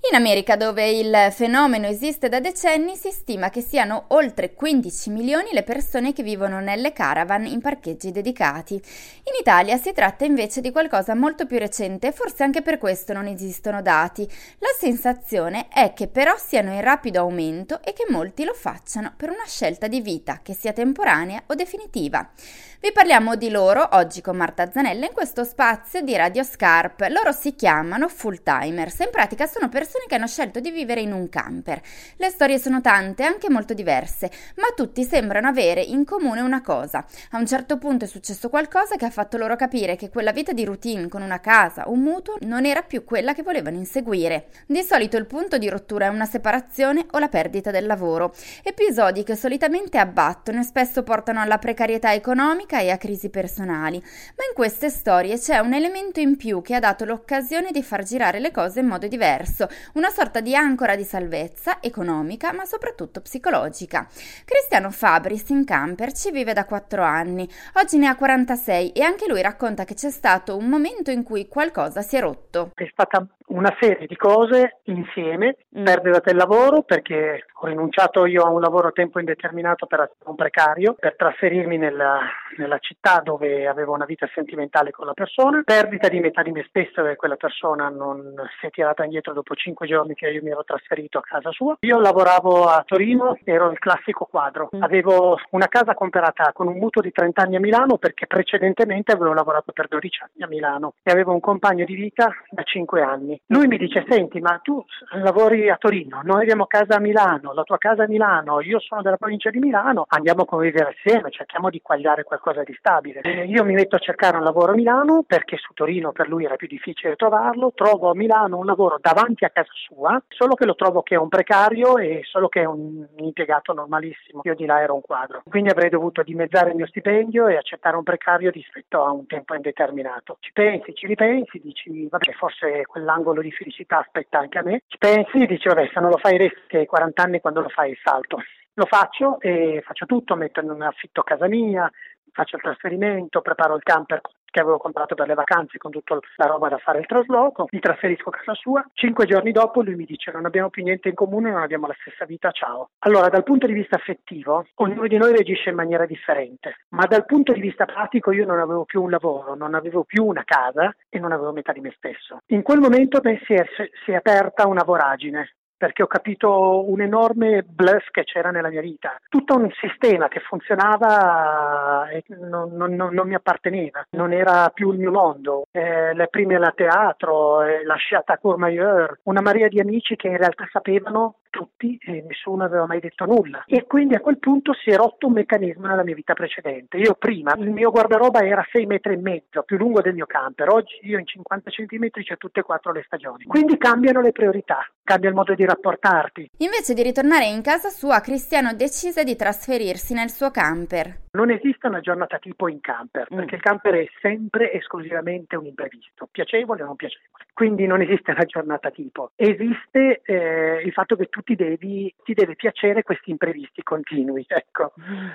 In America, dove il fenomeno esiste da decenni, si stima che siano oltre 15 milioni le persone che vivono nelle caravan in parcheggi dedicati. In Italia si tratta invece di qualcosa molto più recente e forse anche per questo non esistono dati. La sensazione è che però siano in rapido aumento e che molti lo facciano per una scelta di vita, che sia temporanea o definitiva. Vi parliamo di loro oggi con Marta Zanella in questo spazio di Radio Scarp. Loro si chiamano full timers, in pratica sono persone che hanno scelto di vivere in un camper. Le storie sono tante, anche molto diverse, ma tutti sembrano avere in comune una cosa. A un certo punto è successo qualcosa che ha fatto loro capire che quella vita di routine con una casa, un mutuo, non era più quella che volevano inseguire. Di solito il punto di rottura è una separazione o la perdita del lavoro. Episodi che solitamente abbattono e spesso portano alla precarietà economica e a crisi personali. Ma in queste storie c'è un elemento in più che ha dato l'occasione di far girare le cose in modo diverso, una sorta di ancora di salvezza economica ma soprattutto psicologica. Cristiano Fabris in camper ci vive da 4 anni, oggi ne ha 46 e anche lui racconta che c'è stato un momento in cui qualcosa si è rotto. È stata una serie di cose insieme, perdita del lavoro perché ho rinunciato io a un lavoro a tempo indeterminato per essere un precario, per trasferirmi nella città dove avevo una vita sentimentale con la persona, perdita di metà di me stesso perché quella persona non si è tirata indietro dopo 5 giorni che io mi ero trasferito a casa sua. Io lavoravo a Torino, ero il classico quadro, avevo una casa comprata con un mutuo di 30 anni a Milano perché precedentemente avevo lavorato per 12 anni a Milano e avevo un compagno di vita da 5 anni. Lui mi dice: senti, ma tu lavori a Torino, noi abbiamo casa a Milano, la tua casa a Milano, io sono della provincia di Milano, andiamo a convivere assieme, cerchiamo di quagliare qualcosa di stabile. Io mi metto a cercare un lavoro a Milano perché su Torino per lui era più difficile trovarlo, trovo a Milano un lavoro davanti a casa sua, solo che lo trovo che è un precario e solo che è un impiegato normalissimo, io di là ero un quadro, quindi avrei dovuto dimezzare il mio stipendio e accettare un precario rispetto a un tempo indeterminato. Ci pensi, ci ripensi, dici vabbè, forse quell'angolo di felicità aspetta anche a me, ci pensi, dici vabbè, se non lo fai resti ai 40 anni, quando lo fai il salto. Lo faccio e faccio tutto, metto in affitto casa mia, faccio il trasferimento, preparo il camper che avevo comprato per le vacanze con tutta la roba da fare il trasloco, mi trasferisco a casa sua. 5 giorni dopo lui mi dice: non abbiamo più niente in comune, non abbiamo la stessa vita, ciao. Allora, dal punto di vista affettivo ognuno di noi reagisce in maniera differente, ma dal punto di vista pratico io non avevo più un lavoro, non avevo più una casa e non avevo metà di me stesso. In quel momento si è aperta una voragine, perché ho capito un enorme bluff che c'era nella mia vita. Tutto un sistema che funzionava e non mi apparteneva, non era più il mio mondo. Le prime al teatro, la sciata a Courmayeur, una marea di amici che in realtà sapevano tutti e nessuno aveva mai detto nulla. E quindi a quel punto si è rotto un meccanismo nella mia vita precedente. Io prima, il mio guardaroba era 6,5 metri, più lungo del mio camper. Oggi io in 50 centimetri c'è tutte e 4 le stagioni. Quindi cambiano le priorità, cambia il modo di rapportarti. Invece di ritornare in casa sua, Cristiano decise di trasferirsi nel suo camper. Non esiste una giornata tipo in camper, perché il camper è sempre esclusivamente un imprevisto, piacevole o non piacevole. Quindi non esiste una giornata tipo. Esiste il fatto che ti deve piacere questi imprevisti continui, ecco.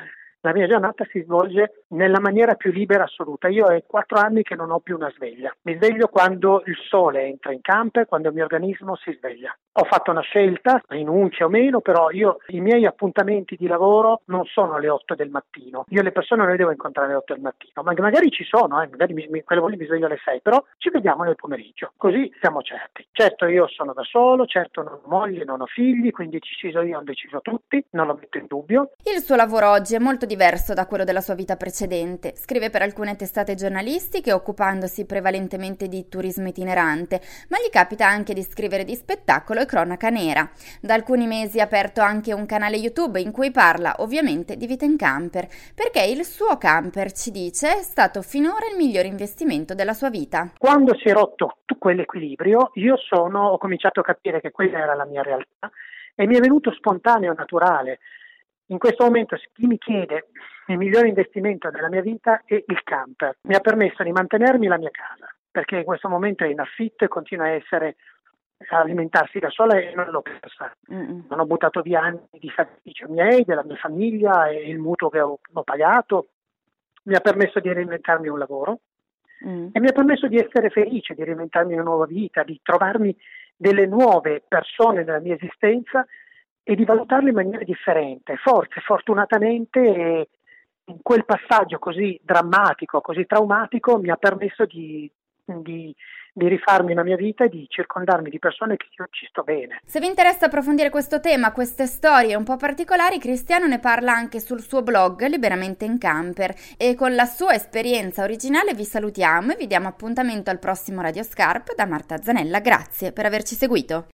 La mia giornata si svolge nella maniera più libera assoluta. Io è 4 anni che non ho più una sveglia. Mi sveglio quando il sole entra in campo, quando il mio organismo si sveglia. Ho fatto una scelta, rinuncia o meno, però i miei appuntamenti di lavoro non sono alle 8 del mattino. Io le persone non le devo incontrare alle 8 del mattino, ma magari ci sono, magari quelle volte mi sveglio alle 6, però ci vediamo nel pomeriggio, così siamo certi. Certo, io sono da solo, certo non ho moglie, non ho figli, quindi deciso io, hanno deciso tutti, non lo metto in dubbio. Il suo lavoro oggi è molto diverso da quello della sua vita precedente. Scrive per alcune testate giornalistiche occupandosi prevalentemente di turismo itinerante, ma gli capita anche di scrivere di spettacolo e cronaca nera. Da alcuni mesi ha aperto anche un canale YouTube in cui parla ovviamente di vita in camper, perché il suo camper, ci dice, è stato finora il miglior investimento della sua vita. Quando si è rotto quell'equilibrio, ho cominciato a capire che quella era la mia realtà e mi è venuto spontaneo, naturale. In questo momento chi mi chiede il migliore investimento della mia vita è il camper. Mi ha permesso di mantenermi la mia casa, perché in questo momento è in affitto e continua a alimentarsi da sola e non l'ho persa. Non ho buttato via anni di sacrificio miei, della mia famiglia e il mutuo che ho pagato. Mi ha permesso di reinventarmi un lavoro e mi ha permesso di essere felice, di reinventarmi una nuova vita, di trovarmi delle nuove persone nella mia esistenza e di valutarle in maniera differente. Fortunatamente, in quel passaggio così drammatico, così traumatico, mi ha permesso di rifarmi la mia vita e di circondarmi di persone che io ci sto bene. Se vi interessa approfondire questo tema, queste storie un po' particolari, Cristiano ne parla anche sul suo blog Liberamente in Camper, e con la sua esperienza originale vi salutiamo e vi diamo appuntamento al prossimo Radio Scarp da Marta Zanella. Grazie per averci seguito.